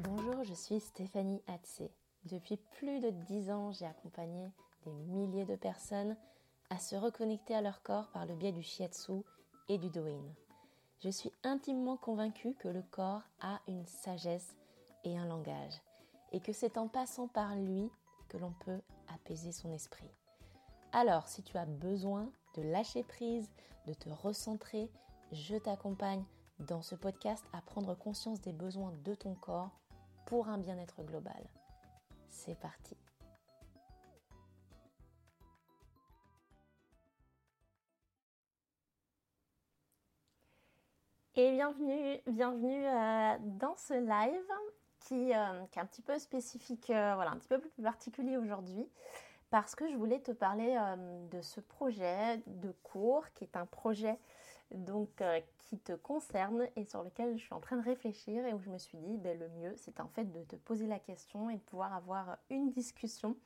Bonjour, je suis Stéphanie Hatsé. Depuis plus de 10 ans, j'ai accompagné des milliers de personnes à se reconnecter à leur corps par le biais du shiatsu et du doin. Je suis intimement convaincue que le corps a une sagesse et un langage, et que c'est en passant par lui que l'on peut apaiser son esprit. Alors, si tu as besoin de lâcher prise, de te recentrer, je t'accompagne dans ce podcast à prendre conscience des besoins de ton corps pour un bien-être global. C'est parti. Et bienvenue dans ce live qui est un petit peu spécifique, un petit peu plus particulier aujourd'hui, parce que je voulais te parler de ce projet de cours qui est un projet qui te concerne et sur lequel je suis en train de réfléchir et où je me suis dit le mieux c'est en fait de te poser la question et de pouvoir avoir une discussion.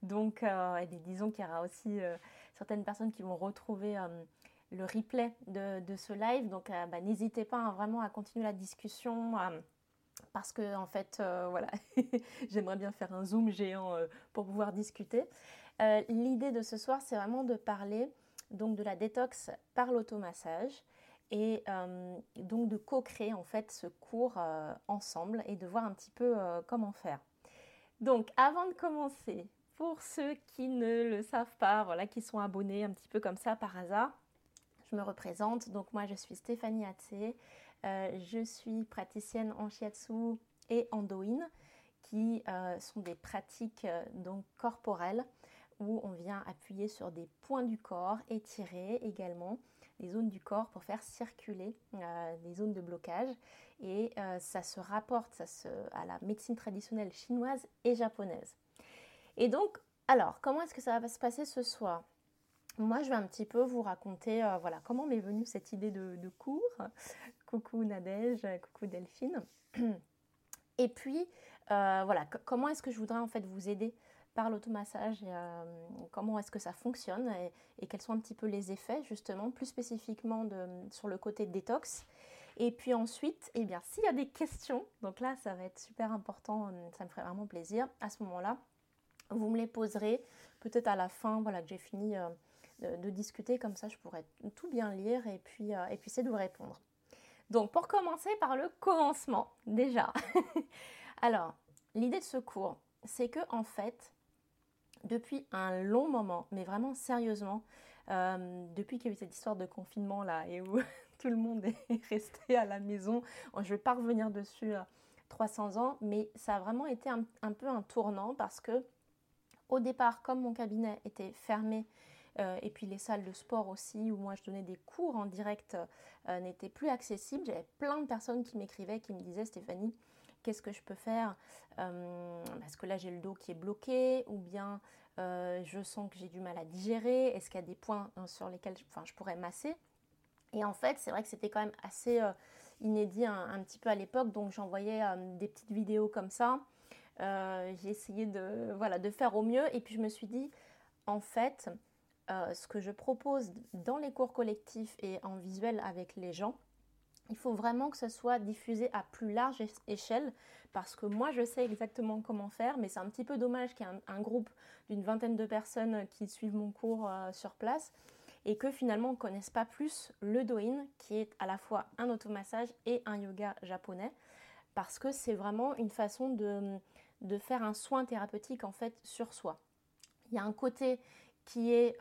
Disons qu'il y aura aussi certaines personnes qui vont retrouver le replay de ce live, donc n'hésitez pas vraiment à continuer la discussion. Parce que en fait, j'aimerais bien faire un zoom géant pour pouvoir discuter. L'idée de ce soir, c'est vraiment de parler donc de la détox par l'automassage et donc de co-créer en fait ce cours ensemble et de voir un petit peu comment faire. Donc, avant de commencer, pour ceux qui ne le savent pas, qui sont abonnés un petit peu comme ça par hasard, je me représente. Donc moi, je suis Stéphanie Hatsé. Je suis praticienne en shiatsu et en doin, qui sont des pratiques corporelles où on vient appuyer sur des points du corps, étirer également les zones du corps pour faire circuler les zones de blocage. Et ça se rapporte à la médecine traditionnelle chinoise et japonaise. Et donc, alors, comment est-ce que ça va se passer ce soir ? Moi, je vais un petit peu vous raconter comment m'est venue cette idée de cours. Coucou Nadège, coucou Delphine. Et puis, comment est-ce que je voudrais en fait vous aider par l'automassage, comment est-ce que ça fonctionne et quels sont un petit peu les effets justement, plus spécifiquement sur le côté détox. Et puis ensuite, s'il y a des questions, donc là ça va être super important, ça me ferait vraiment plaisir, à ce moment-là, vous me les poserez peut-être à la fin, que j'ai fini de discuter, comme ça je pourrais tout bien lire et puis essayer de vous répondre. Donc pour commencer par le commencement déjà. Alors, l'idée de ce cours, c'est que en fait, depuis un long moment, mais vraiment sérieusement, depuis qu'il y a eu cette histoire de confinement là et où tout le monde est resté à la maison, je ne vais pas revenir dessus 300 ans, mais ça a vraiment été un peu un tournant parce que au départ, comme mon cabinet était fermé, et puis les salles de sport aussi, où moi je donnais des cours en direct, n'étaient plus accessibles. J'avais plein de personnes qui m'écrivaient, qui me disaient « Stéphanie, qu'est-ce que je peux faire parce que là j'ai le dos qui est bloqué, ou bien je sens que j'ai du mal à digérer, est-ce qu'il y a des points sur lesquels je pourrais masser ?» Et en fait, c'est vrai que c'était quand même assez inédit un petit peu à l'époque, donc j'envoyais des petites vidéos comme ça. J'ai essayé de faire au mieux et puis je me suis dit, en fait, ce que je propose dans les cours collectifs et en visuel avec les gens, il faut vraiment que ce soit diffusé à plus large échelle parce que moi je sais exactement comment faire, mais c'est un petit peu dommage qu'il y ait un groupe d'une vingtaine de personnes qui suivent mon cours sur place et que finalement on ne connaisse pas plus le doin qui est à la fois un automassage et un yoga japonais, parce que c'est vraiment une façon de faire un soin thérapeutique en fait sur soi. Il y a un côté qui est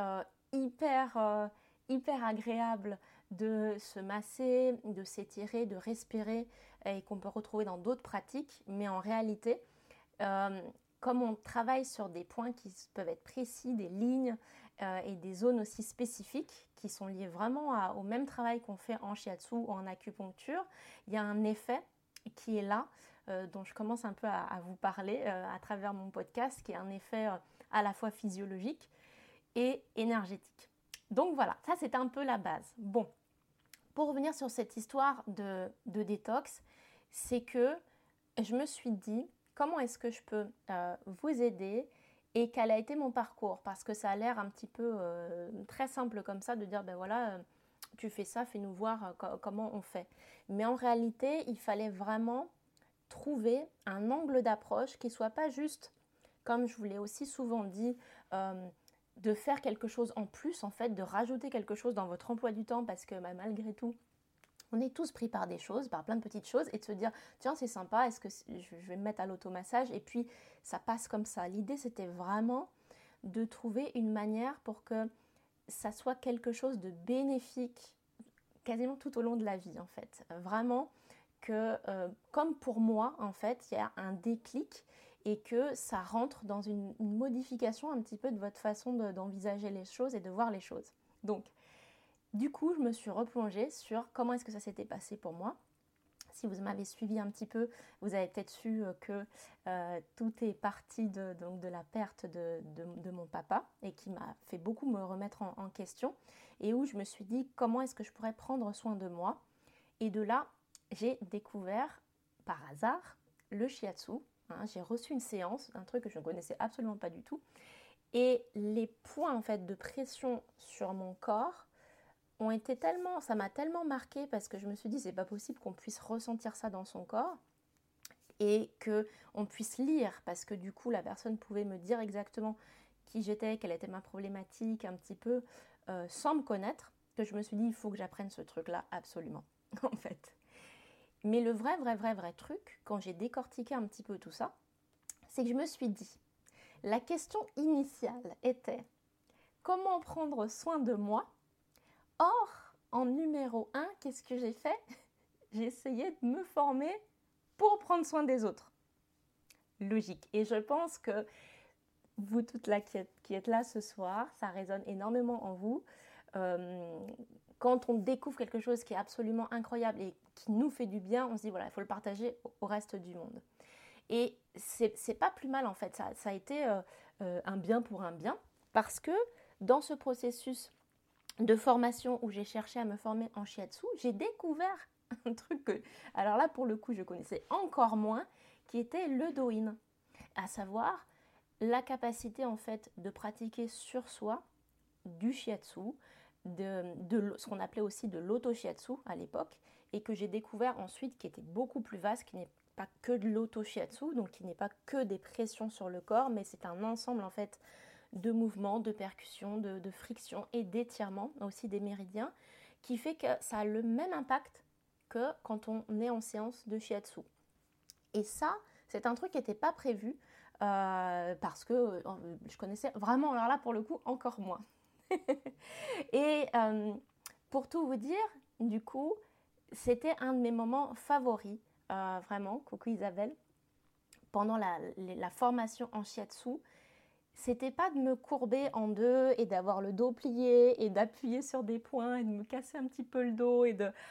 hyper agréable de se masser, de s'étirer, de respirer et qu'on peut retrouver dans d'autres pratiques, mais en réalité, comme on travaille sur des points qui peuvent être précis, des lignes et des zones aussi spécifiques qui sont liées vraiment au même travail qu'on fait en shiatsu ou en acupuncture, il y a un effet qui est là, dont je commence un peu à vous parler à travers mon podcast, qui est un effet à la fois physiologique et énergétique. Donc voilà, ça c'est un peu la base. Bon, pour revenir sur cette histoire de détox, c'est que je me suis dit, comment est-ce que je peux vous aider et quel a été mon parcours, parce que ça a l'air un petit peu très simple comme ça de dire tu fais ça, fais-nous voir comment on fait. Mais en réalité, il fallait vraiment trouver un angle d'approche qui ne soit pas juste, comme je vous l'ai aussi souvent dit, de faire quelque chose en plus, en fait, de rajouter quelque chose dans votre emploi du temps parce que malgré tout, on est tous pris par des choses, par plein de petites choses, et de se dire, tiens, c'est sympa, est-ce que je vais me mettre à l'automassage, et puis ça passe comme ça. L'idée, c'était vraiment de trouver une manière pour que ça soit quelque chose de bénéfique quasiment tout au long de la vie, en fait. Vraiment que, comme pour moi, en fait, il y a un déclic et que ça rentre dans une modification un petit peu de votre façon d'envisager les choses et de voir les choses. Donc, du coup, je me suis replongée sur comment est-ce que ça s'était passé pour moi. Si vous m'avez suivi un petit peu, vous avez peut-être su que tout est parti de la perte de mon papa et qui m'a fait beaucoup me remettre en question et où je me suis dit comment est-ce que je pourrais prendre soin de moi. Et de là, j'ai découvert par hasard le shiatsu. J'ai reçu une séance, un truc que je ne connaissais absolument pas du tout. Et les points en fait de pression sur mon corps ça m'a tellement marqué parce que je me suis dit c'est pas possible qu'on puisse ressentir ça dans son corps et qu'on puisse lire parce que du coup la personne pouvait me dire exactement qui j'étais, quelle était ma problématique un petit peu sans me connaître, que je me suis dit il faut que j'apprenne ce truc là absolument en fait. Mais le vrai truc quand j'ai décortiqué un petit peu tout ça, c'est que je me suis dit la question initiale était comment prendre soin de moi. Or, en numéro 1, qu'est-ce que j'ai fait? J'ai essayé de me former pour prendre soin des autres. Logique. Et je pense que vous toutes là qui êtes là ce soir, ça résonne énormément en vous. Quand on découvre quelque chose qui est absolument incroyable et qui nous fait du bien, on se dit voilà, il faut le partager au reste du monde. Et c'est pas plus mal en fait, ça a été un bien pour un bien, parce que dans ce processus de formation où j'ai cherché à me former en shiatsu, j'ai découvert un truc que, alors là pour le coup je connaissais encore moins, qui était le do-in, à savoir la capacité en fait de pratiquer sur soi du shiatsu, de ce qu'on appelait aussi de l'auto-shiatsu à l'époque, et que j'ai découvert ensuite qui était beaucoup plus vaste, qui n'est pas que de l'auto-shiatsu, donc qui n'est pas que des pressions sur le corps, mais c'est un ensemble en fait de mouvements, de percussions, de frictions et d'étirements, aussi des méridiens, qui fait que ça a le même impact que quand on est en séance de shiatsu. Et ça, c'est un truc qui n'était pas prévu parce que je connaissais vraiment, alors là pour le coup, encore moins. Et pour tout vous dire, du coup, c'était un de mes moments favoris, vraiment, coucou Isabelle, pendant la formation en shiatsu. C'était pas de me courber en deux et d'avoir le dos plié et d'appuyer sur des points et de me casser un petit peu le dos et de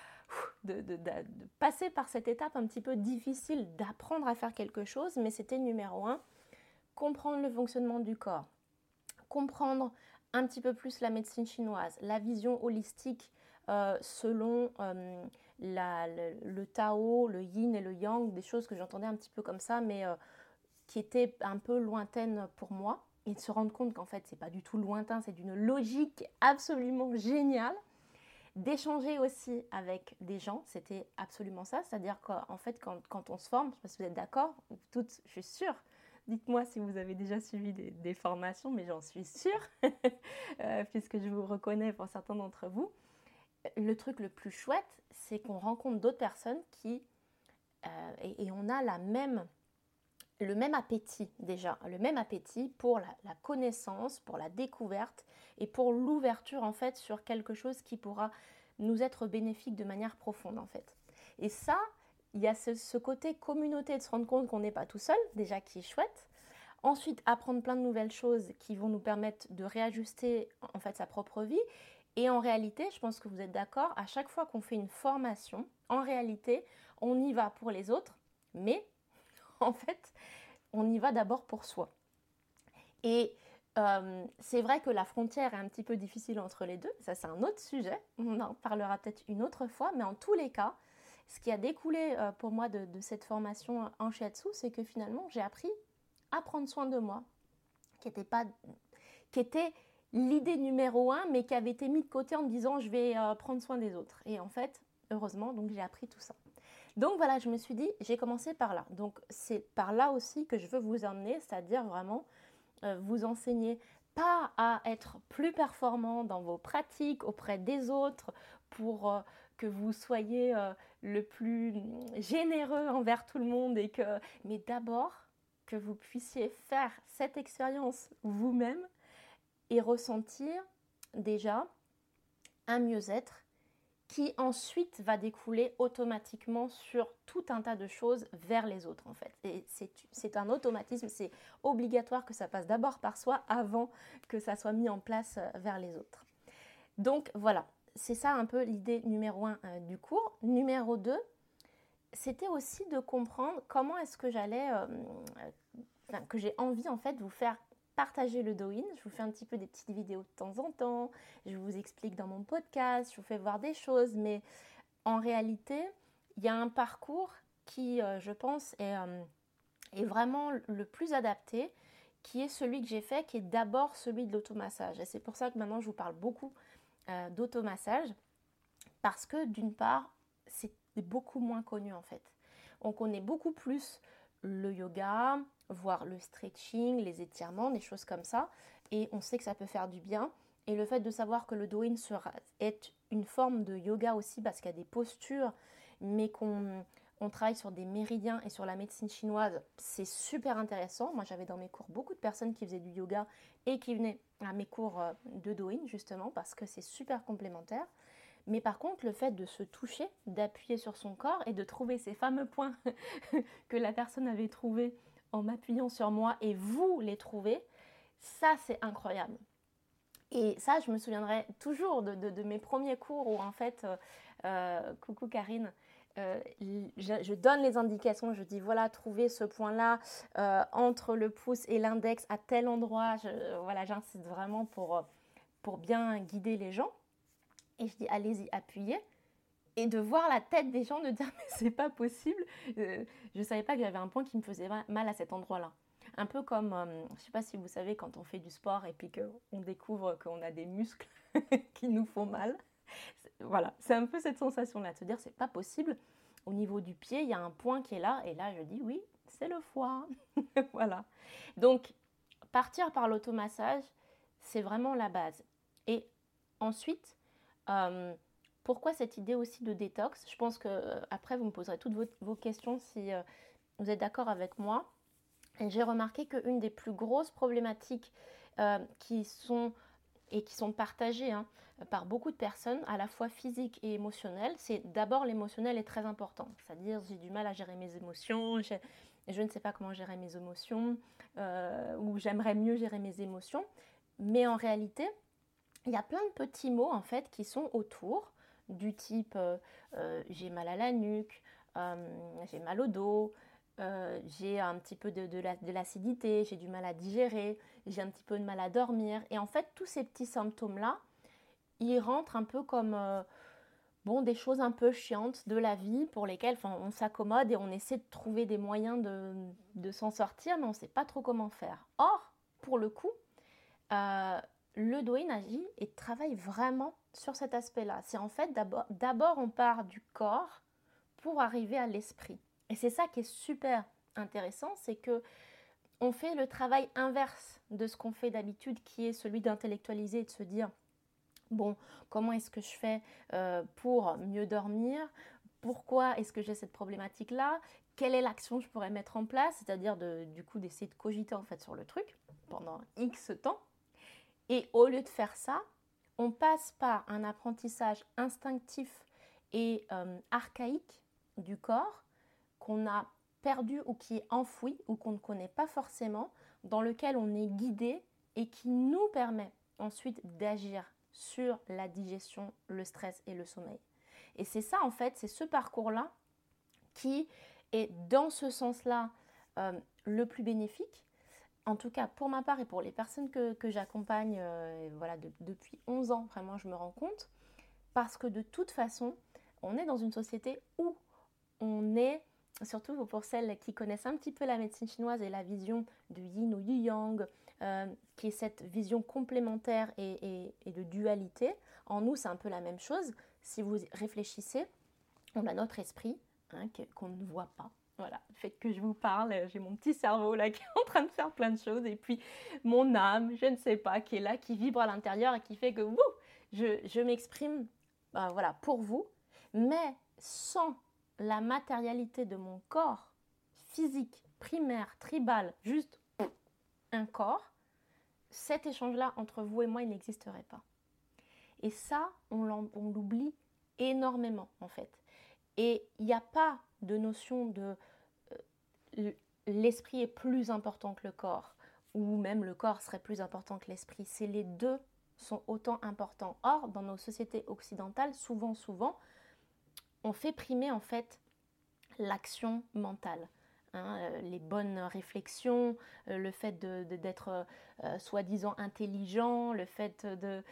passer par cette étape un petit peu difficile d'apprendre à faire quelque chose, mais c'était numéro 1, comprendre le fonctionnement du corps, comprendre un petit peu plus la médecine chinoise, la vision holistique selon le Tao, le Yin et le Yang, des choses que j'entendais un petit peu comme ça, mais qui étaient un peu lointaines pour moi. Et de se rendre compte qu'en fait, c'est pas du tout lointain, c'est d'une logique absolument géniale. D'échanger aussi avec des gens, c'était absolument ça. C'est-à-dire qu'en fait, quand on se forme, je ne sais pas si vous êtes d'accord, toutes, je suis sûre, dites-moi si vous avez déjà suivi des formations, mais j'en suis sûre, puisque je vous reconnais pour certains d'entre vous. Le truc le plus chouette, c'est qu'on rencontre d'autres personnes qui, et on a le même appétit déjà, le même appétit pour la connaissance, pour la découverte et pour l'ouverture en fait sur quelque chose qui pourra nous être bénéfique de manière profonde en fait. Et ça, il y a ce côté communauté de se rendre compte qu'on n'est pas tout seul, déjà qui est chouette. Ensuite, apprendre plein de nouvelles choses qui vont nous permettre de réajuster en fait sa propre vie. Et en réalité, je pense que vous êtes d'accord, à chaque fois qu'on fait une formation, en réalité, on y va pour les autres, mais en fait, on y va d'abord pour soi. Et c'est vrai que la frontière est un petit peu difficile entre les deux, ça c'est un autre sujet, on en parlera peut-être une autre fois, mais en tous les cas, ce qui a découlé pour moi de cette formation en shiatsu, c'est que finalement j'ai appris à prendre soin de moi, qui était l'idée numéro 1, mais qui avait été mise de côté en me disant je vais prendre soin des autres. Et en fait, heureusement, donc j'ai appris tout ça. Donc voilà, je me suis dit, j'ai commencé par là. Donc c'est par là aussi que je veux vous emmener, c'est-à-dire vraiment vous enseigner pas à être plus performant dans vos pratiques auprès des autres pour que vous soyez le plus généreux envers tout le monde mais d'abord que vous puissiez faire cette expérience vous-même et ressentir déjà un mieux-être qui ensuite va découler automatiquement sur tout un tas de choses vers les autres en fait. Et c'est un automatisme, c'est obligatoire que ça passe d'abord par soi avant que ça soit mis en place vers les autres. Donc voilà, c'est ça un peu l'idée numéro 1 du cours. Numéro 2, c'était aussi de comprendre comment est-ce que que j'ai envie en fait de vous faire partager le Douyin. Je vous fais un petit peu des petites vidéos de temps en temps, je vous explique dans mon podcast, je vous fais voir des choses, mais en réalité, il y a un parcours qui, je pense, est vraiment le plus adapté, qui est celui que j'ai fait, qui est d'abord celui de l'automassage. Et c'est pour ça que maintenant, je vous parle beaucoup d'automassage, parce que d'une part, c'est beaucoup moins connu en fait. On connaît beaucoup plus le yoga, voire le stretching, les étirements, des choses comme ça, et on sait que ça peut faire du bien. Et le fait de savoir que le Douyin est une forme de yoga aussi, parce qu'il y a des postures, mais qu'on travaille sur des méridiens et sur la médecine chinoise, c'est super intéressant. Moi, j'avais dans mes cours beaucoup de personnes qui faisaient du yoga et qui venaient à mes cours de Douyin, justement, parce que c'est super complémentaire. Mais par contre, le fait de se toucher, d'appuyer sur son corps et de trouver ces fameux points que la personne avait trouvés en m'appuyant sur moi et vous les trouvez, ça c'est incroyable. Et ça, je me souviendrai toujours de mes premiers cours où en fait, coucou Karine, je donne les indications, je dis voilà, trouvez ce point-là entre le pouce et l'index à tel endroit. Voilà, j'insiste vraiment pour bien guider les gens. Et je dis allez-y, appuyez. Et de voir la tête des gens, de dire mais c'est pas possible. Je ne savais pas que j'avais un point qui me faisait mal à cet endroit-là. Un peu comme, je ne sais pas si vous savez, quand on fait du sport et puis qu'on découvre qu'on a des muscles qui nous font mal. Voilà, c'est un peu cette sensation-là, de se dire c'est pas possible. Au niveau du pied, il y a un point qui est là. Et là, je dis oui, c'est le foie. Voilà. Donc, partir par l'automassage, c'est vraiment la base. Et ensuite, pourquoi cette idée aussi de détox? Je pense que après vous me poserez toutes vos questions si vous êtes d'accord avec moi. Et j'ai remarqué qu'une des plus grosses problématiques qui sont partagées par beaucoup de personnes, à la fois physiques et émotionnelles, c'est d'abord l'émotionnel est très important. C'est-à-dire j'ai du mal à gérer mes émotions, je ne sais pas comment gérer mes émotions, ou j'aimerais mieux gérer mes émotions. Mais en réalité, il y a plein de petits mots en fait qui sont autour du type j'ai mal à la nuque, j'ai mal au dos, j'ai un petit peu de l'acidité, j'ai du mal à digérer, j'ai un petit peu de mal à dormir. Et en fait, tous ces petits symptômes-là, ils rentrent un peu comme des choses un peu chiantes de la vie pour lesquelles on s'accommode et on essaie de trouver des moyens de s'en sortir, mais on ne sait pas trop comment faire. Or, pour le coup, le Douyin agit et travaille vraiment sur cet aspect-là. C'est en fait d'abord on part du corps pour arriver à l'esprit. Et c'est ça qui est super intéressant, c'est que on fait le travail inverse de ce qu'on fait d'habitude, qui est celui d'intellectualiser et de se dire bon, comment est-ce que je fais pour mieux dormir? Pourquoi est-ce que j'ai cette problématique-là? Quelle est l'action que je pourrais mettre en place? C'est-à-dire du coup d'essayer de cogiter en fait sur le truc pendant X temps. Et au lieu de faire ça, on passe par un apprentissage instinctif et archaïque du corps qu'on a perdu ou qui est enfoui ou qu'on ne connaît pas forcément, dans lequel on est guidé et qui nous permet ensuite d'agir sur la digestion, le stress et le sommeil. Et c'est ça en fait, c'est ce parcours-là qui est dans ce sens-là le plus bénéfique. En tout cas, pour ma part et pour les personnes que j'accompagne depuis 11 ans, vraiment, je me rends compte. Parce que de toute façon, on est dans une société où on est, surtout pour celles qui connaissent un petit peu la médecine chinoise et la vision du yin ou du yang, qui est cette vision complémentaire et de dualité. En nous, c'est un peu la même chose. Si vous réfléchissez, on a notre esprit, hein, qu'on ne voit pas. Voilà, le fait que je vous parle, j'ai mon petit cerveau là qui est en train de faire plein de choses et puis mon âme, je ne sais pas, qui est là, qui vibre à l'intérieur et qui fait que je m'exprime voilà, pour vous, mais sans la matérialité de mon corps physique, primaire, tribal, juste un corps, cet échange-là entre vous et moi, il n'existerait pas. Et ça, on l'oublie énormément en fait. Et il n'y a pas de notion de l'esprit est plus important que le corps, ou même le corps serait plus important que l'esprit. C'est les deux sont autant importants. Or, dans nos sociétés occidentales, souvent, on fait primer en fait l'action mentale. Les bonnes réflexions, le fait d'être soi-disant intelligent, le fait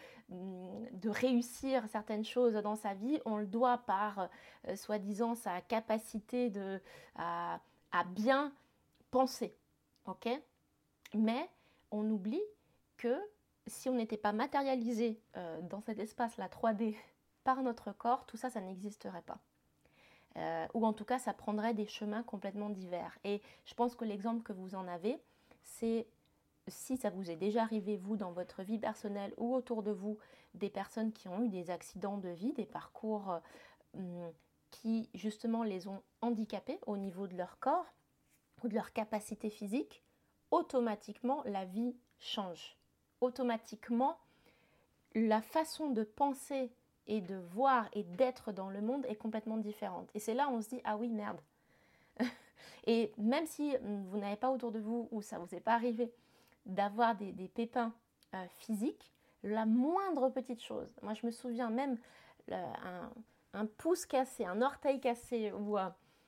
de réussir certaines choses dans sa vie, on le doit par soi-disant sa capacité à bien penser. Ok ? Mais on oublie que si on n'était pas matérialisé dans cet espace-là 3D par notre corps, tout ça, ça n'existerait pas. Ou en tout cas, ça prendrait des chemins complètement divers. Et je pense que l'exemple que vous en avez, c'est si ça vous est déjà arrivé, vous, dans votre vie personnelle ou autour de vous, des personnes qui ont eu des accidents de vie, des parcours qui, justement, les ont handicapés au niveau de leur corps ou de leur capacité physique, automatiquement, la vie change. Automatiquement, la façon de penser et de voir et d'être dans le monde est complètement différente. Et c'est là où on se dit, ah oui, merde. Et même si vous n'avez pas autour de vous, ou ça ne vous est pas arrivé, d'avoir des pépins physiques, la moindre petite chose, moi je me souviens même un pouce cassé, un orteil cassé, ou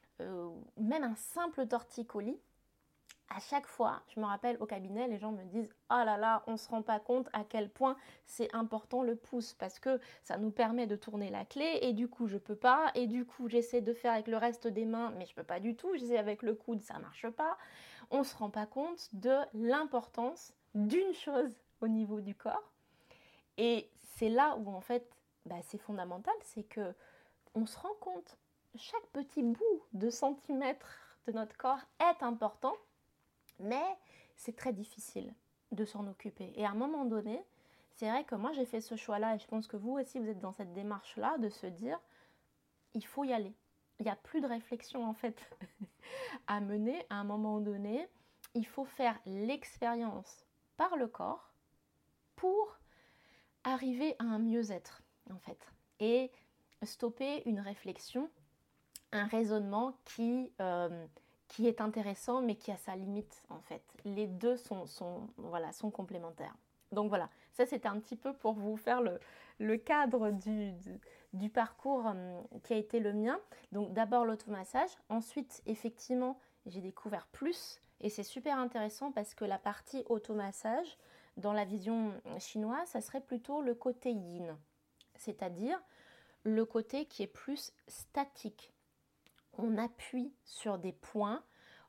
même un simple torticolis, à chaque fois, je me rappelle au cabinet, les gens me disent « Oh là là, on ne se rend pas compte à quel point c'est important le pouce parce que ça nous permet de tourner la clé et du coup je peux pas et du coup j'essaie de faire avec le reste des mains mais je peux pas du tout, j'essaie avec le coude, ça marche pas. » On ne se rend pas compte de l'importance d'une chose au niveau du corps et c'est là où en fait c'est fondamental, c'est que on se rend compte chaque petit bout de centimètre de notre corps est important. Mais c'est très difficile de s'en occuper. Et à un moment donné, c'est vrai que moi j'ai fait ce choix-là et je pense que vous aussi vous êtes dans cette démarche-là de se dire il faut y aller. Il n'y a plus de réflexion en fait à mener. À un moment donné, il faut faire l'expérience par le corps pour arriver à un mieux-être en fait. Et stopper une réflexion, un raisonnement qui est intéressant mais qui a sa limite en fait. Les deux sont complémentaires. Donc voilà, ça c'était un petit peu pour vous faire le cadre du parcours qui a été le mien. Donc d'abord l'automassage, ensuite effectivement j'ai découvert plus et c'est super intéressant parce que la partie automassage dans la vision chinoise, ça serait plutôt le côté yin, c'est-à-dire le côté qui est plus statique. On appuie sur des points,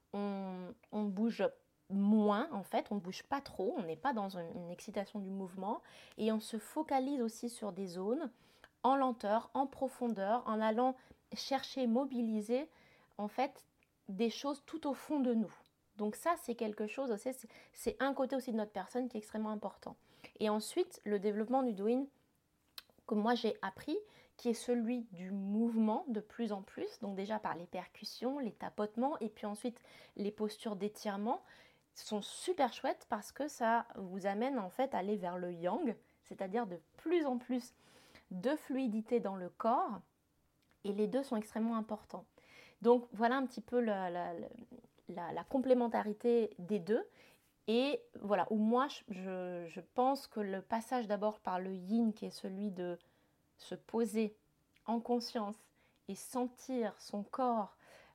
on bouge moins en fait, on ne bouge pas trop, on n'est pas dans une excitation du mouvement et on se focalise aussi sur des zones en lenteur, en profondeur, en allant chercher, mobiliser en fait des choses tout au fond de nous. Donc ça c'est quelque chose aussi, c'est un côté aussi de notre personne qui est extrêmement important. Et ensuite le développement du Douyin que moi j'ai appris, qui est celui du mouvement de plus en plus, donc déjà par les percussions, les tapotements et puis ensuite les postures d'étirement sont super chouettes parce que ça vous amène en fait à aller vers le yang, c'est-à-dire de plus en plus de fluidité dans le corps et les deux sont extrêmement importants. Donc voilà un petit peu la complémentarité des deux. Et voilà, où moi je pense que le passage d'abord par le yin qui est celui de se poser en conscience et sentir son corps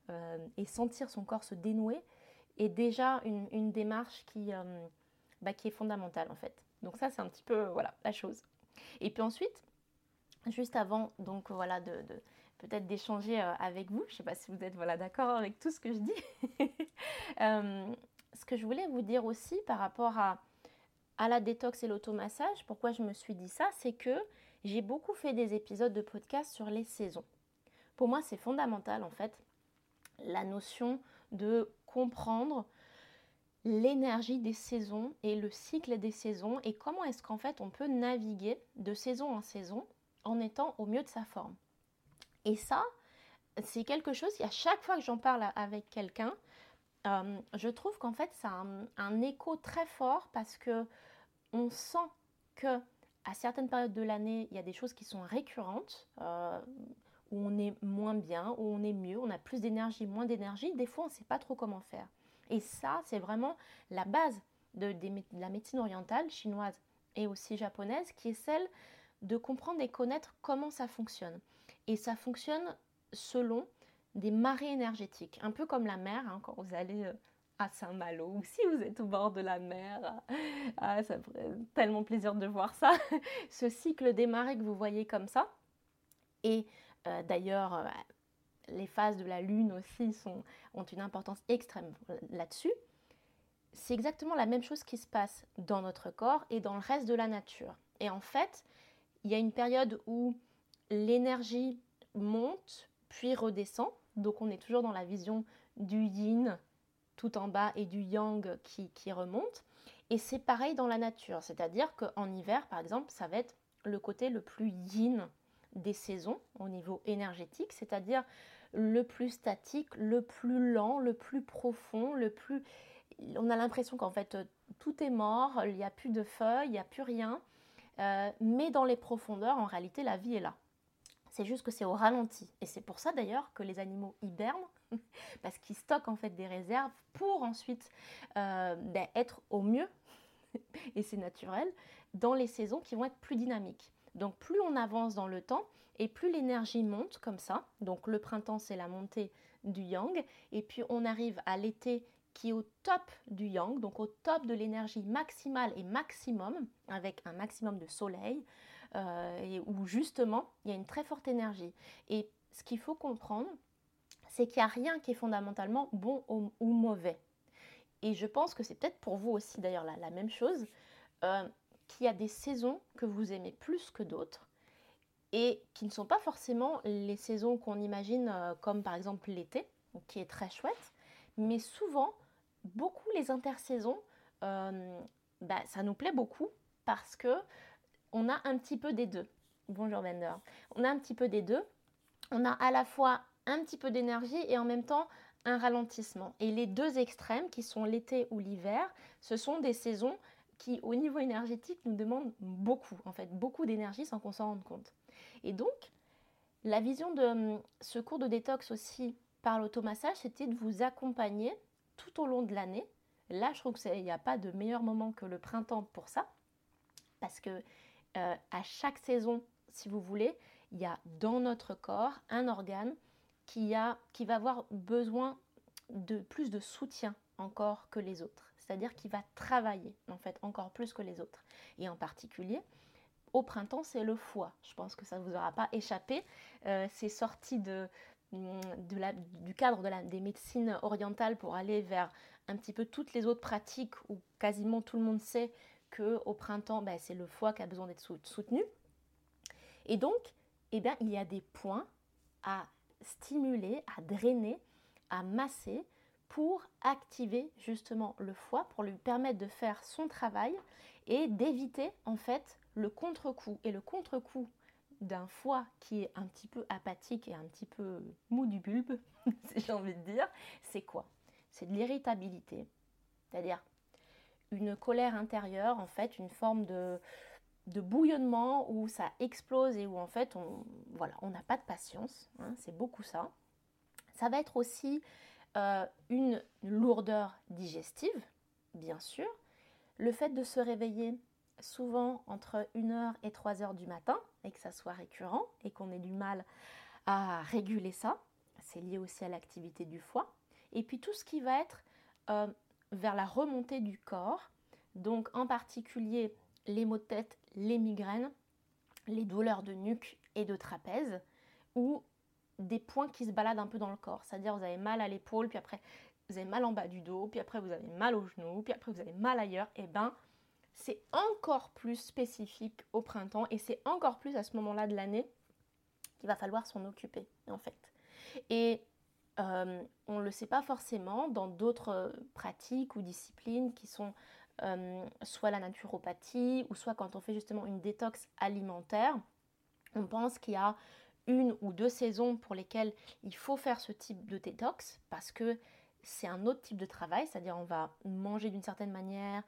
se dénouer est déjà une démarche qui est fondamentale en fait. Donc ça c'est un petit peu voilà la chose. Et puis ensuite, juste avant donc voilà de peut-être d'échanger avec vous, je ne sais pas si vous êtes voilà d'accord avec tout ce que je dis. Ce que je voulais vous dire aussi par rapport à la détox et l'automassage, pourquoi je me suis dit ça, c'est que j'ai beaucoup fait des épisodes de podcast sur les saisons. Pour moi, c'est fondamental en fait la notion de comprendre l'énergie des saisons et le cycle des saisons et comment est-ce qu'en fait on peut naviguer de saison en saison en étant au mieux de sa forme. Et ça, c'est quelque chose, à chaque fois que j'en parle avec quelqu'un, je trouve qu'en fait ça a un écho très fort parce que on sent que à certaines périodes de l'année, il y a des choses qui sont récurrentes, où on est moins bien, où on est mieux, on a plus d'énergie, moins d'énergie. Des fois, on ne sait pas trop comment faire. Et ça, c'est vraiment la base de la médecine orientale, chinoise et aussi japonaise, qui est celle de comprendre et connaître comment ça fonctionne. Et ça fonctionne selon des marées énergétiques, un peu comme la mer, hein, quand vous allez à Saint-Malo, ou si vous êtes au bord de la mer, ça ferait tellement plaisir de voir ça, ce cycle des marées que vous voyez comme ça. Et d'ailleurs, les phases de la Lune aussi ont une importance extrême là-dessus. C'est exactement la même chose qui se passe dans notre corps et dans le reste de la nature. Et en fait, il y a une période où l'énergie monte, puis redescend. Donc on est toujours dans la vision du yin tout en bas et du yang qui remonte. Et c'est pareil dans la nature. C'est-à-dire qu'en hiver, par exemple, ça va être le côté le plus yin des saisons au niveau énergétique, c'est-à-dire le plus statique, le plus lent, le plus profond, le plus... On a l'impression qu'en fait tout est mort, il n'y a plus de feuilles, il n'y a plus rien, mais dans les profondeurs, en réalité, la vie est là. C'est juste que c'est au ralenti. Et c'est pour ça d'ailleurs que les animaux hibernent, parce qu'ils stockent en fait des réserves pour ensuite être au mieux, et c'est naturel, dans les saisons qui vont être plus dynamiques. Donc plus on avance dans le temps et plus l'énergie monte comme ça. Donc le printemps, c'est la montée du yang. Et puis on arrive à l'été qui est au top du yang, donc au top de l'énergie maximale et maximum, avec un maximum de soleil, et où justement il y a une très forte énergie. Et ce qu'il faut comprendre, c'est qu'il n'y a rien qui est fondamentalement bon ou mauvais. Et je pense que c'est peut-être pour vous aussi d'ailleurs la même chose, qu'il y a des saisons que vous aimez plus que d'autres et qui ne sont pas forcément les saisons qu'on imagine comme par exemple l'été, qui est très chouette, mais souvent, beaucoup les intersaisons, ça nous plaît beaucoup parce que on a un petit peu des deux. Bonjour Bender. On a un petit peu des deux. On a à la fois un petit peu d'énergie et en même temps un ralentissement. Et les deux extrêmes, qui sont l'été ou l'hiver, ce sont des saisons qui, au niveau énergétique, nous demandent beaucoup, en fait, beaucoup d'énergie sans qu'on s'en rende compte. Et donc, la vision de ce cours de détox aussi par l'automassage, c'était de vous accompagner tout au long de l'année. Là, je trouve qu'il n'y a pas de meilleur moment que le printemps pour ça, parce que à chaque saison, si vous voulez, il y a dans notre corps un organe qui va avoir besoin de plus de soutien encore que les autres. C'est-à-dire qu'il va travailler en fait encore plus que les autres. Et en particulier, au printemps, c'est le foie. Je pense que ça ne vous aura pas échappé. C'est sorti du cadre des médecines orientales pour aller vers un petit peu toutes les autres pratiques où quasiment tout le monde sait qu'au printemps, c'est le foie qui a besoin d'être soutenu. Et donc, il y a des points à stimuler, à drainer, à masser pour activer justement le foie, pour lui permettre de faire son travail et d'éviter en fait le contre-coup. Et le contre-coup d'un foie qui est un petit peu apathique et un petit peu mou du bulbe, si j'ai envie de dire, c'est quoi? C'est de l'irritabilité, c'est-à-dire une colère intérieure, en fait, une forme de bouillonnement où ça explose et où en fait on n'a pas de patience, hein, c'est beaucoup ça. Ça va être aussi une lourdeur digestive, bien sûr. Le fait de se réveiller souvent entre 1h et 3h du matin et que ça soit récurrent et qu'on ait du mal à réguler ça, c'est lié aussi à l'activité du foie. Et puis tout ce qui va être vers la remontée du corps, donc en particulier les maux de tête, les migraines, les douleurs de nuque et de trapèze, ou des points qui se baladent un peu dans le corps. C'est-à-dire vous avez mal à l'épaule, puis après vous avez mal en bas du dos, puis après vous avez mal au genou, puis après vous avez mal ailleurs. Et c'est encore plus spécifique au printemps et c'est encore plus à ce moment-là de l'année qu'il va falloir s'en occuper en fait. Et On ne le sait pas forcément dans d'autres pratiques ou disciplines qui sont soit la naturopathie ou soit quand on fait justement une détox alimentaire. On pense qu'il y a 1 ou 2 saisons pour lesquelles il faut faire ce type de détox parce que c'est un autre type de travail, c'est-à-dire on va manger d'une certaine manière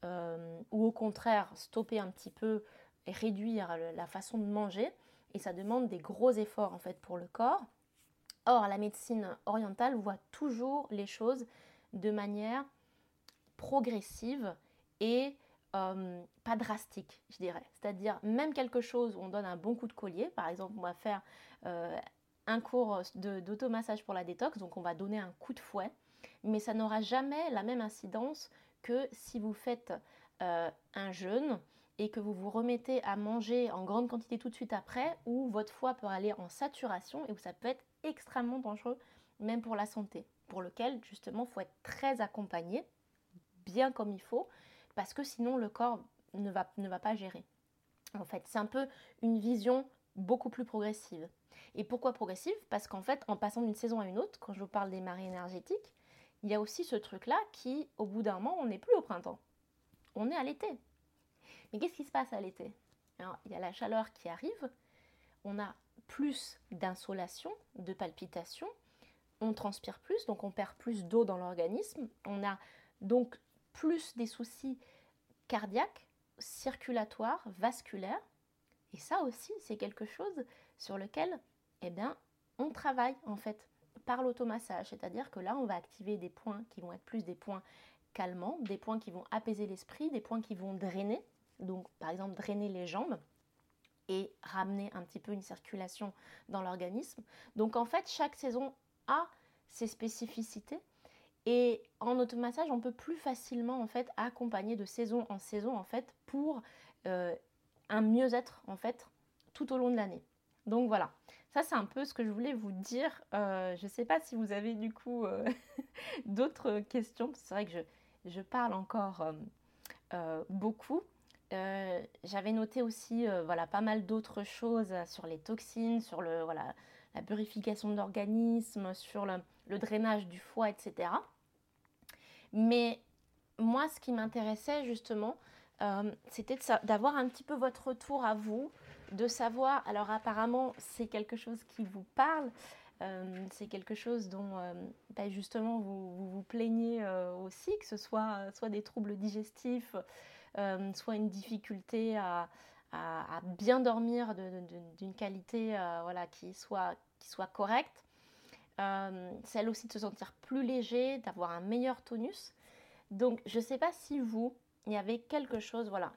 ou au contraire stopper un petit peu et réduire la façon de manger et ça demande des gros efforts en fait pour le corps. Or, la médecine orientale voit toujours les choses de manière progressive et pas drastique, je dirais. C'est-à-dire même quelque chose où on donne un bon coup de collier, par exemple on va faire un cours d'automassage pour la détox, donc on va donner un coup de fouet, mais ça n'aura jamais la même incidence que si vous faites un jeûne et que vous vous remettez à manger en grande quantité tout de suite après, où votre foie peut aller en saturation et où ça peut être extrêmement dangereux, même pour la santé, pour lequel justement il faut être très accompagné, bien comme il faut, parce que sinon le corps ne va pas gérer. En fait, c'est un peu une vision beaucoup plus progressive. Et pourquoi progressive? Parce qu'en fait, en passant d'une saison à une autre, quand je vous parle des marées énergétiques, il y a aussi ce truc-là qui, au bout d'un moment, on n'est plus au printemps. On est à l'été. Mais qu'est-ce qui se passe à l'été? Alors, il y a la chaleur qui arrive, on a plus d'insolation, de palpitations, on transpire plus, donc on perd plus d'eau dans l'organisme, on a donc plus des soucis cardiaques, circulatoires, vasculaires. Et ça aussi, c'est quelque chose sur lequel on travaille en fait par l'automassage. C'est-à-dire que là, on va activer des points qui vont être plus des points calmants, des points qui vont apaiser l'esprit, des points qui vont drainer. Donc, par exemple, drainer les jambes et ramener un petit peu une circulation dans l'organisme. Donc, en fait, chaque saison a ses spécificités. Et en automassage, on peut plus facilement en fait accompagner de saison en saison en fait pour un mieux-être en fait tout au long de l'année. Donc voilà, ça c'est un peu ce que je voulais vous dire. Je ne sais pas si vous avez du coup d'autres questions. C'est vrai que je parle encore beaucoup. J'avais noté aussi voilà, pas mal d'autres choses sur les toxines, sur voilà, la purification de l'organisme, sur le drainage du foie, etc. Mais moi, ce qui m'intéressait justement, c'était d'avoir un petit peu votre retour à vous, de savoir, alors apparemment c'est quelque chose qui vous parle, c'est quelque chose dont justement vous plaignez aussi, que ce soit des troubles digestifs, soit une difficulté à bien dormir d'une qualité voilà, qui soit correcte. Celle aussi de se sentir plus léger, d'avoir un meilleur tonus. Donc, je ne sais pas si vous, il y avait quelque chose voilà,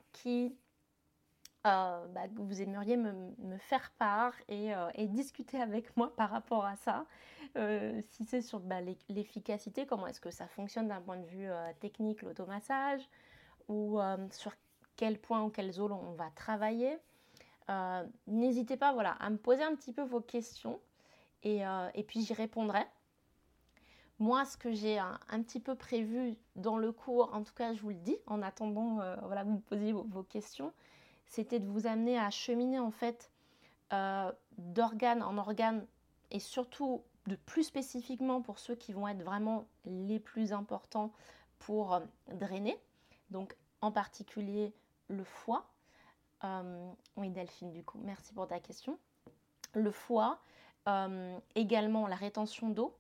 que vous aimeriez me faire part et discuter avec moi par rapport à ça. Si c'est sur l'efficacité, comment est-ce que ça fonctionne d'un point de vue technique, l'automassage, ou sur quel point ou quelle zone on va travailler. N'hésitez pas voilà, à me poser un petit peu vos questions et puis j'y répondrai. Moi, ce que j'ai un petit peu prévu dans le cours, en tout cas je vous le dis, en attendant voilà, vous me posiez vos questions, c'était de vous amener à cheminer en fait d'organe en organe et surtout de plus spécifiquement pour ceux qui vont être vraiment les plus importants pour drainer. Donc en particulier le foie. Oui Delphine, du coup, merci pour ta question. Le foie, également la rétention d'eau,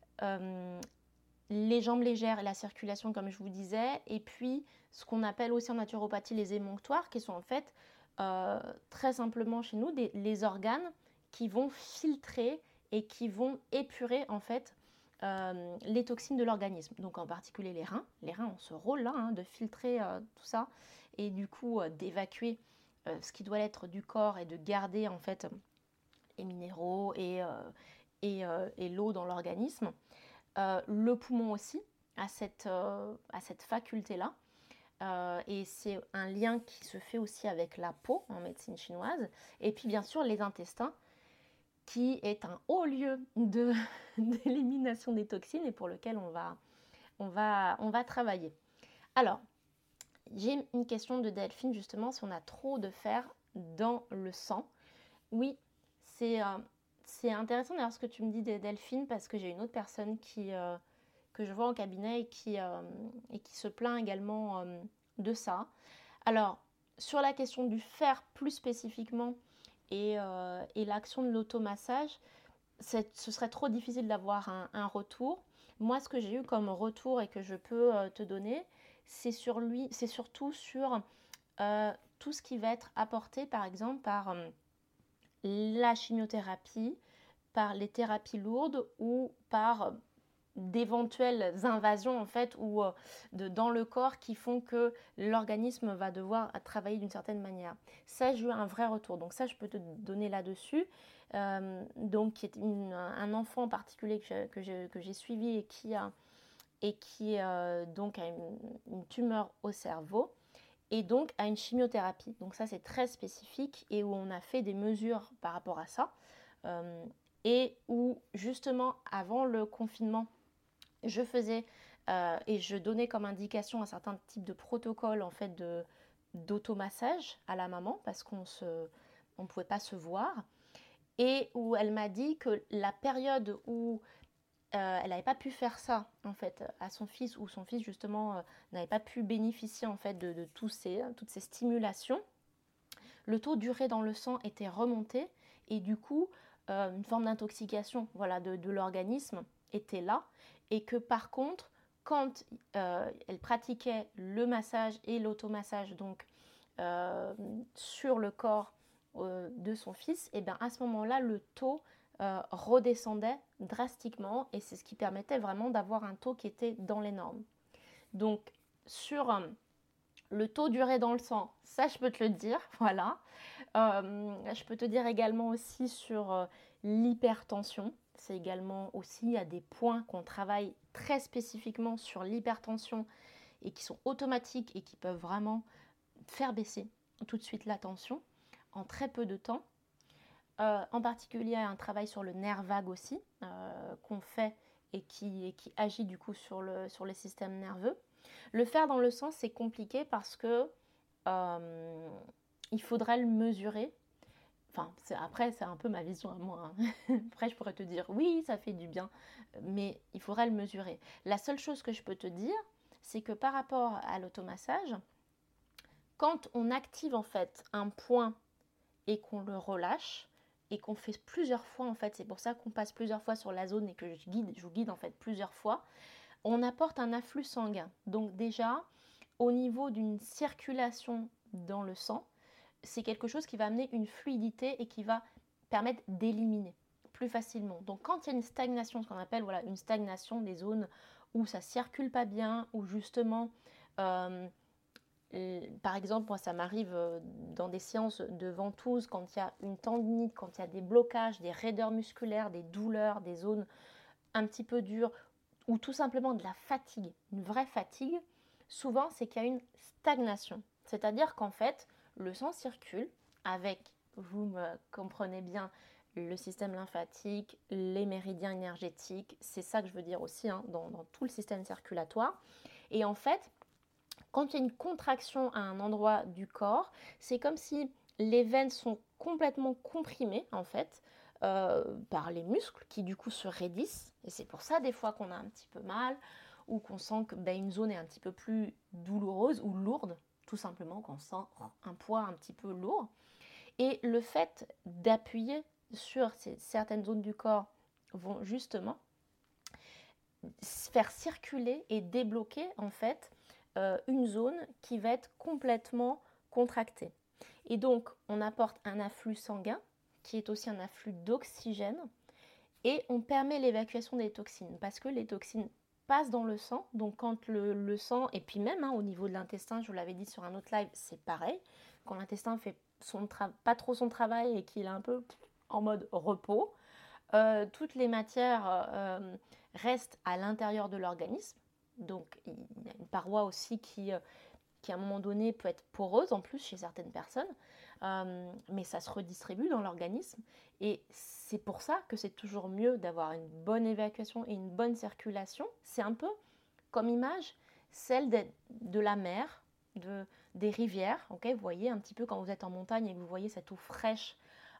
les jambes légères et la circulation comme je vous disais, et puis ce qu'on appelle aussi en naturopathie les émonctoires, qui sont en fait très simplement chez nous les organes qui vont filtrer et qui vont épurer en fait les toxines de l'organisme. Donc en particulier les reins. Les reins ont ce rôle-là de filtrer tout ça et du coup d'évacuer ce qui doit être du corps et de garder en fait les minéraux et l'eau dans l'organisme. Le poumon aussi a cette faculté-là. Et c'est un lien qui se fait aussi avec la peau en médecine chinoise. Et puis bien sûr les intestins, qui est un haut lieu d'élimination des toxines et pour lequel on va travailler. Alors, j'ai une question de Delphine justement, si on a trop de fer dans le sang. Oui, c'est c'est intéressant d'ailleurs ce que tu me dis des delphines parce que j'ai une autre personne que je vois en cabinet et qui se plaint également de ça. Alors, sur la question du faire plus spécifiquement et l'action de l'automassage, ce serait trop difficile d'avoir un retour. Moi, ce que j'ai eu comme retour et que je peux te donner, c'est surtout sur tout ce qui va être apporté, par exemple, par la chimiothérapie, par les thérapies lourdes ou par d'éventuelles invasions en fait ou dans le corps qui font que l'organisme va devoir travailler d'une certaine manière. Ça, j'ai eu un vrai retour. Donc ça, je peux te donner là-dessus. Donc, qui est un enfant en particulier que j'ai suivi et qui donc a une tumeur au cerveau et donc à une chimiothérapie. Donc ça, c'est très spécifique et où on a fait des mesures par rapport à ça. Et où justement, avant le confinement, je faisais et je donnais comme indication un certain type de protocole en fait d'automassage à la maman parce qu'on ne pouvait pas se voir et où elle m'a dit que la période où elle n'avait pas pu faire ça en fait à son fils ou son fils justement n'avait pas pu bénéficier en fait de toutes ces stimulations, le taux d'urée dans le sang était remonté et du coup une forme d'intoxication voilà, de l'organisme était là et que par contre quand elle pratiquait le massage et l'automassage donc sur le corps de son fils, et bien à ce moment-là le taux redescendait drastiquement et c'est ce qui permettait vraiment d'avoir un taux qui était dans les normes. Donc sur le taux d'urée dans le sang, ça je peux te le dire, voilà. Je peux te dire également aussi sur l'hypertension. C'est également aussi, il y a des points qu'on travaille très spécifiquement sur l'hypertension et qui sont automatiques et qui peuvent vraiment faire baisser tout de suite la tension en très peu de temps. En particulier, un travail sur le nerf vague aussi qu'on fait et qui agit du coup sur le système nerveux. Le faire dans le sang, c'est compliqué parce que il faudrait le mesurer. Enfin, après, c'est un peu ma vision à moi. Hein. Après, je pourrais te dire, oui, ça fait du bien, mais il faudrait le mesurer. La seule chose que je peux te dire, c'est que par rapport à l'automassage, quand on active en fait un point et qu'on le relâche, et qu'on fait plusieurs fois en fait, c'est pour ça qu'on passe plusieurs fois sur la zone et que je vous guide en fait plusieurs fois, on apporte un afflux sanguin. Donc déjà, au niveau d'une circulation dans le sang, c'est quelque chose qui va amener une fluidité et qui va permettre d'éliminer plus facilement. Donc quand il y a une stagnation, ce qu'on appelle voilà, une stagnation des zones où ça circule pas bien, où justement, par exemple, moi ça m'arrive dans des séances de ventouse quand il y a une tendinite, quand il y a des blocages, des raideurs musculaires, des douleurs, des zones un petit peu dures, ou tout simplement de la fatigue, une vraie fatigue, souvent c'est qu'il y a une stagnation. C'est-à-dire qu'en fait, le sang circule avec, vous me comprenez bien, le système lymphatique, les méridiens énergétiques, c'est ça que je veux dire aussi hein, dans tout le système circulatoire. Et en fait, quand il y a une contraction à un endroit du corps, c'est comme si les veines sont complètement comprimées en fait par les muscles qui du coup se raidissent et c'est pour ça des fois qu'on a un petit peu mal ou qu'on sent que une zone est un petit peu plus douloureuse ou lourde, tout simplement qu'on sent un poids un petit peu lourd. Et le fait d'appuyer sur certaines zones du corps vont justement faire circuler et débloquer en fait une zone qui va être complètement contractée. Et donc, on apporte un afflux sanguin qui est aussi un afflux d'oxygène et on permet l'évacuation des toxines parce que les toxines passent dans le sang. Donc, quand le sang, et puis même hein, au niveau de l'intestin, je vous l'avais dit sur un autre live, c'est pareil. Quand l'intestin fait pas trop son travail et qu'il est un peu en mode repos, toutes les matières restent à l'intérieur de l'organisme. Donc, il y a une paroi aussi qui à un moment donné peut être poreuse en plus chez certaines personnes, mais ça se redistribue dans l'organisme et c'est pour ça que c'est toujours mieux d'avoir une bonne évacuation et une bonne circulation. C'est un peu comme image celle de la mer, des rivières, okay, vous voyez un petit peu quand vous êtes en montagne et que vous voyez cette eau fraîche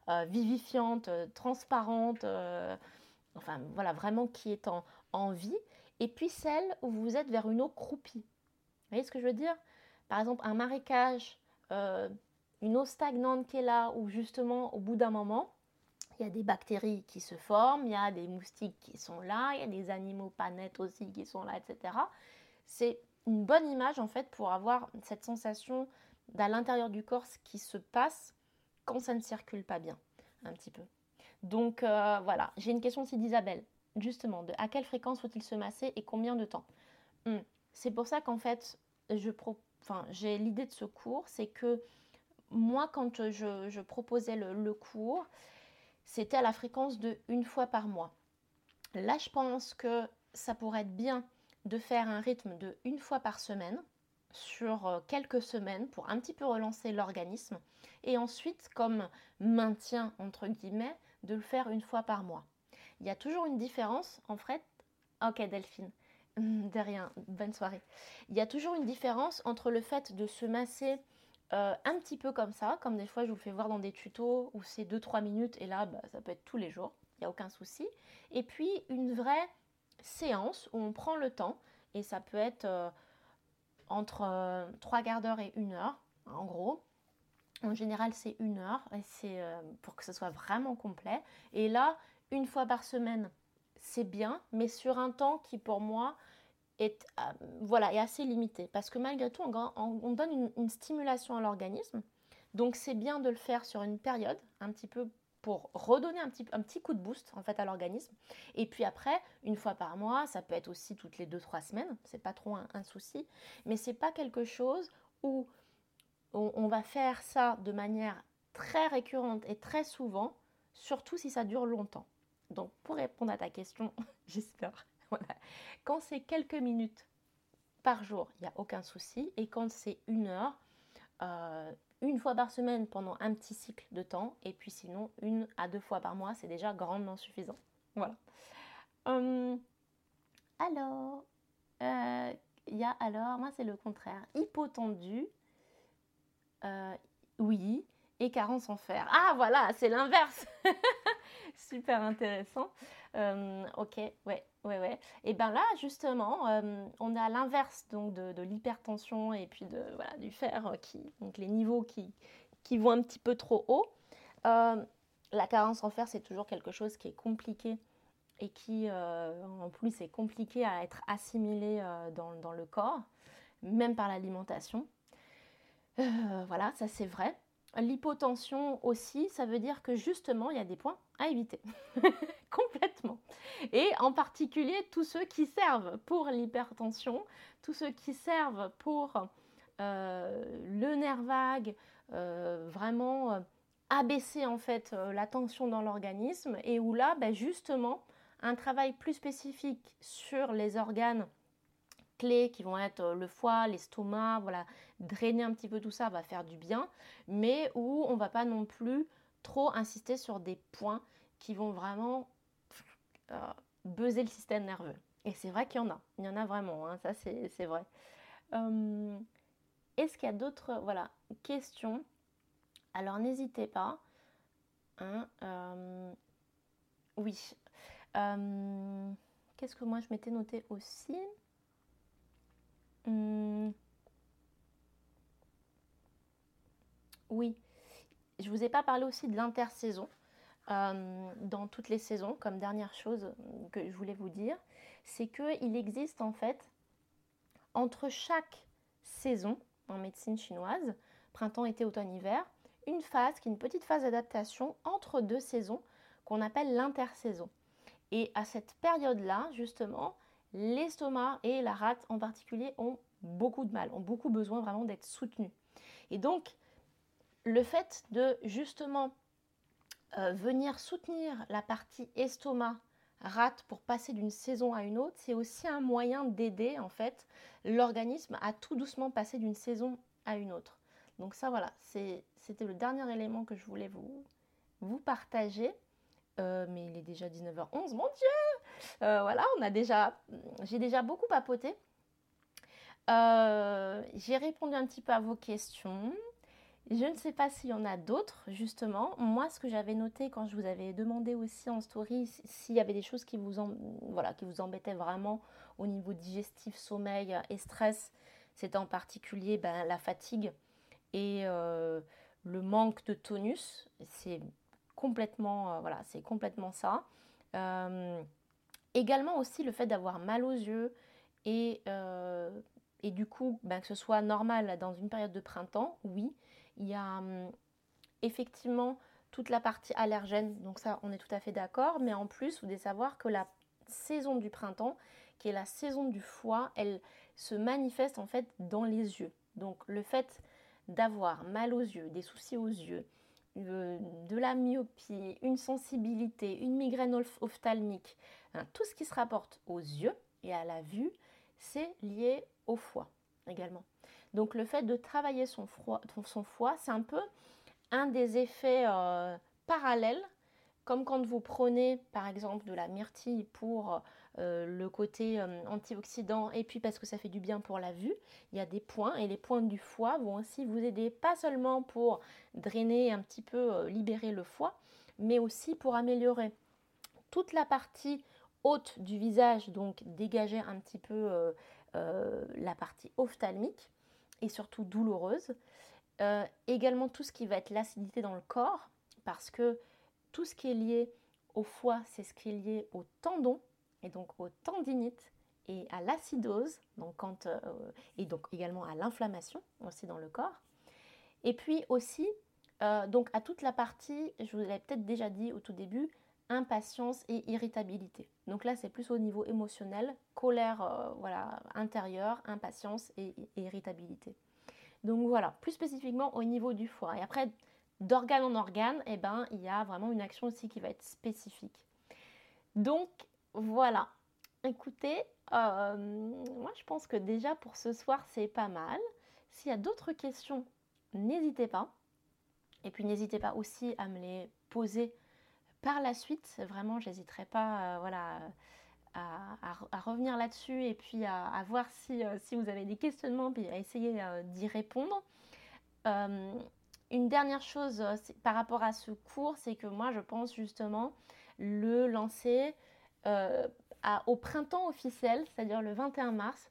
vivifiante, transparente, enfin voilà, vraiment qui est en vie. Et puis celle où vous êtes vers une eau croupie. Vous voyez ce que je veux dire? Par exemple, un marécage, une eau stagnante qui est là, où justement, au bout d'un moment, il y a des bactéries qui se forment, il y a des moustiques qui sont là, il y a des animaux pas nets aussi qui sont là, etc. C'est une bonne image en fait pour avoir cette sensation d'à l'intérieur du corps ce qui se passe quand ça ne circule pas bien, un petit peu. Donc voilà, j'ai une question aussi d'Isabelle, justement, de à quelle fréquence faut-il se masser et combien de temps? C'est pour ça qu'en fait, j'ai l'idée de ce cours, c'est que moi, quand je proposais le cours, c'était à la fréquence de une fois par mois. Là, je pense que ça pourrait être bien de faire un rythme de une fois par semaine sur quelques semaines pour un petit peu relancer l'organisme et ensuite, comme maintien entre guillemets, de le faire une fois par mois. Il y a toujours une différence en fait. Ok Delphine, de rien, bonne soirée. Il y a toujours une différence entre le fait de se masser un petit peu comme ça, comme des fois je vous le fais voir dans des tutos où c'est 2-3 minutes et là ça peut être tous les jours, il n'y a aucun souci. Et puis une vraie séance où on prend le temps et ça peut être entre 3 quarts d'heure et 1 heure en gros. En général c'est 1 heure et c'est pour que ce soit vraiment complet. Et là, une fois par semaine, c'est bien, mais sur un temps qui pour moi est assez limité. Parce que malgré tout, on donne une stimulation à l'organisme. Donc c'est bien de le faire sur une période, un petit peu pour redonner un petit coup de boost en fait à l'organisme. Et puis après, une fois par mois, ça peut être aussi toutes les 2-3 semaines, c'est pas trop un souci. Mais c'est pas quelque chose où on va faire ça de manière très récurrente et très souvent, surtout si ça dure longtemps. Donc pour répondre à ta question, j'espère, voilà. Quand c'est quelques minutes par jour, il n'y a aucun souci. Et quand c'est 1 heure, une fois par semaine pendant un petit cycle de temps, et puis sinon 1 à 2 fois par mois, c'est déjà grandement suffisant. Voilà. Alors, il y a alors, moi c'est le contraire, hypotendu, oui, et carence en fer. Ah voilà, c'est l'inverse. Super intéressant. Ok, ouais. Et ben là, justement, on est à l'inverse donc de l'hypertension et puis du fer, donc les niveaux qui vont un petit peu trop haut. La carence en fer, c'est toujours quelque chose qui est compliqué et qui, en plus, est compliqué à être assimilé dans le corps, même par l'alimentation. Voilà, ça c'est vrai. L'hypotension aussi, ça veut dire que justement, il y a des points à éviter. Complètement. Et en particulier, tous ceux qui servent pour l'hypertension, tous ceux qui servent pour le nerf vague, vraiment abaisser en fait la tension dans l'organisme et où là, justement, un travail plus spécifique sur les organes clés qui vont être le foie, l'estomac, voilà, drainer un petit peu tout ça va faire du bien, mais où on va pas non plus trop insister sur des points qui vont vraiment buzzer le système nerveux. Et c'est vrai qu'il y en a vraiment, hein, ça c'est vrai. Est-ce qu'il y a d'autres questions? Alors n'hésitez pas. Hein, oui. Qu'est-ce que moi je m'étais noté aussi? Oui, je vous ai pas parlé aussi de l'intersaison dans toutes les saisons, comme dernière chose que je voulais vous dire, c'est qu'il existe en fait entre chaque saison en médecine chinoise, printemps, été, automne, hiver, une phase qui est une petite phase d'adaptation entre deux saisons qu'on appelle l'intersaison. Et à cette période-là, justement, l'estomac et la rate en particulier ont beaucoup de mal, ont beaucoup besoin vraiment d'être soutenus. Et donc, le fait de justement venir soutenir la partie estomac, rate pour passer d'une saison à une autre, c'est aussi un moyen d'aider en fait l'organisme à tout doucement passer d'une saison à une autre. Donc ça voilà, c'était le dernier élément que je voulais vous partager. Mais il est déjà 19h11, mon Dieu. Voilà, j'ai déjà beaucoup papoté. J'ai répondu un petit peu à vos questions. Je ne sais pas s'il y en a d'autres, justement. Moi, ce que j'avais noté quand je vous avais demandé aussi en story s'il y avait des choses voilà, qui vous embêtaient vraiment au niveau digestif, sommeil et stress, c'était en particulier la fatigue et le manque de tonus. C'est voilà, c'est complètement ça. Euh, Également aussi le fait d'avoir mal aux yeux et, euh, et du coup, que ce soit normal dans une période de printemps, oui, il y a effectivement toute la partie allergène, donc ça on est tout à fait d'accord, mais en plus vous devez savoir que la saison du printemps, qui est la saison du foie, elle se manifeste en fait dans les yeux. Donc le fait d'avoir mal aux yeux, des soucis aux yeux, de la myopie, une sensibilité, une migraine ophtalmique, hein, tout ce qui se rapporte aux yeux et à la vue, c'est lié au foie également. Donc le fait de travailler son foie, c'est un peu un des effets parallèles, comme quand vous prenez par exemple de la myrtille pour le côté antioxydant et puis parce que ça fait du bien pour la vue, il y a des points et les points du foie vont aussi vous aider pas seulement pour drainer un petit peu, libérer le foie, mais aussi pour améliorer toute la partie haute du visage, donc dégager un petit peu la partie ophtalmique et surtout douloureuse. Également tout ce qui va être l'acidité dans le corps, parce que tout ce qui est lié au foie, c'est ce qui est lié au tendon, et donc aux tendinites et à l'acidose, et donc également à l'inflammation aussi dans le corps. Et puis aussi, donc à toute la partie, je vous l'avais peut-être déjà dit au tout début, impatience et irritabilité. Donc là, c'est plus au niveau émotionnel, colère voilà, intérieure, impatience et irritabilité. Donc voilà, plus spécifiquement au niveau du foie. Et après, d'organe en organe, il y a vraiment une action aussi qui va être spécifique. Donc voilà, écoutez, moi je pense que déjà pour ce soir c'est pas mal. S'il y a d'autres questions, n'hésitez pas. Et puis n'hésitez pas aussi à me les poser par la suite. Vraiment, j'hésiterai pas voilà, à revenir là-dessus et puis à voir si vous avez des questionnements, puis à essayer d'y répondre. Euh, une dernière chose par rapport à ce cours, c'est que moi je pense justement le lancer euh, au printemps officiel, c'est-à-dire le 21 mars.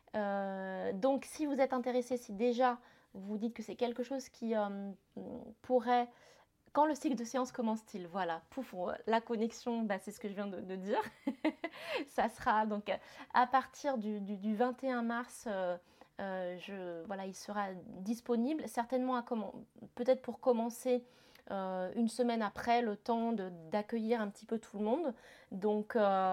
Donc si vous êtes intéressé, si déjà vous dites que c'est quelque chose qui pourrait... Quand le cycle de séance commence-t-il? Voilà, pouf, la connexion, c'est ce que je viens de dire. Ça sera donc à partir du 21 mars, voilà, il sera disponible, certainement peut-être pour commencer une semaine après, le temps d'accueillir un petit peu tout le monde. Donc,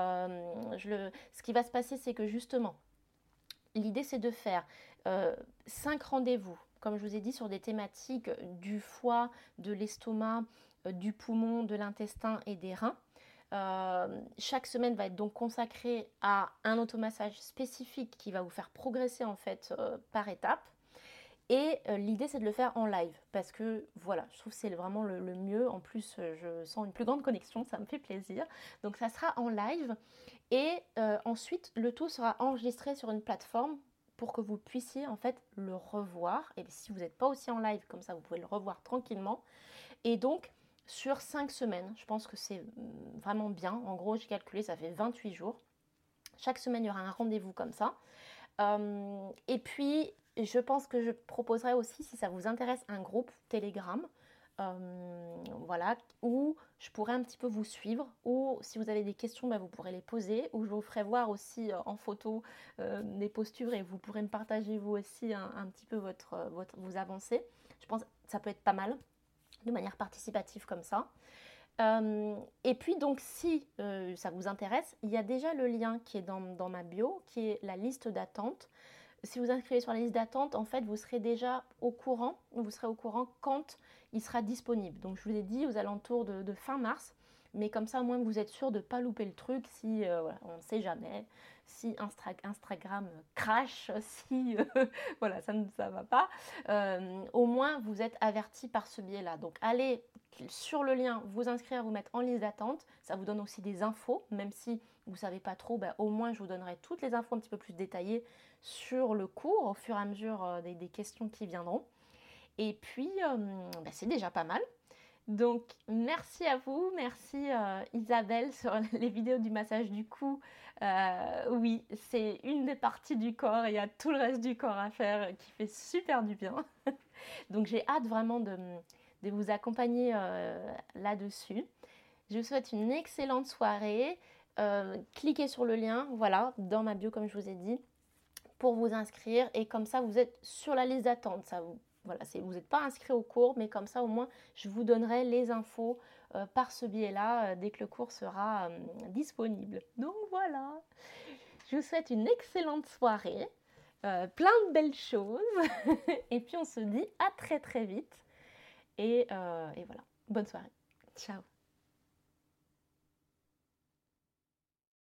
ce qui va se passer, c'est que justement, l'idée, c'est de faire 5 rendez-vous, comme je vous ai dit, sur des thématiques du foie, de l'estomac, du poumon, de l'intestin et des reins. Chaque semaine va être donc consacrée à un automassage spécifique qui va vous faire progresser en fait par étapes. Et l'idée c'est de le faire en live parce que voilà, je trouve que c'est vraiment le mieux. En plus, je sens une plus grande connexion, ça me fait plaisir. Donc ça sera en live et ensuite le tout sera enregistré sur une plateforme pour que vous puissiez en fait le revoir. Et si vous n'êtes pas aussi en live comme ça, vous pouvez le revoir tranquillement. Et donc sur 5 semaines, je pense que c'est vraiment bien. En gros, j'ai calculé, ça fait 28 jours. Chaque semaine, il y aura un rendez-vous comme ça. Et puis, je pense que je proposerai aussi, si ça vous intéresse, un groupe Telegram. Voilà, où je pourrais un petit peu vous suivre, ou si vous avez des questions, vous pourrez les poser, ou je vous ferai voir aussi en photo des postures et vous pourrez me partager vous aussi un petit peu vos avancées. Je pense que ça peut être pas mal de manière participative comme ça. Et puis donc si ça vous intéresse, il y a déjà le lien qui est dans ma bio, qui est la liste d'attente. Si vous inscrivez sur la liste d'attente, en fait, vous serez déjà au courant, quand il sera disponible. Donc je vous ai dit aux alentours de fin mars, mais comme ça au moins vous êtes sûr de ne pas louper le truc si, voilà, on ne sait jamais, si Instagram crash, si voilà, ça ne va pas, au moins vous êtes averti par ce biais-là. Donc allez sur le lien, vous inscrire, vous mettre en liste d'attente, ça vous donne aussi des infos, même si vous ne savez pas trop, au moins je vous donnerai toutes les infos un petit peu plus détaillées sur le cours au fur et à mesure des questions qui viendront. Et puis, c'est déjà pas mal. Donc, merci à vous, merci Isabelle sur les vidéos du massage du cou. Oui, c'est une des parties du corps, il y a tout le reste du corps à faire qui fait super du bien. Donc, j'ai hâte vraiment de vous accompagner là-dessus. Je vous souhaite une excellente soirée. Cliquez sur le lien, voilà, dans ma bio comme je vous ai dit, pour vous inscrire. Et comme ça, vous êtes sur la liste d'attente. Voilà, vous n'êtes pas inscrit au cours, mais comme ça, au moins, je vous donnerai les infos par ce biais-là dès que le cours sera disponible. Donc voilà, je vous souhaite une excellente soirée, plein de belles choses. Et puis, on se dit à très très vite. Et voilà, bonne soirée. Ciao.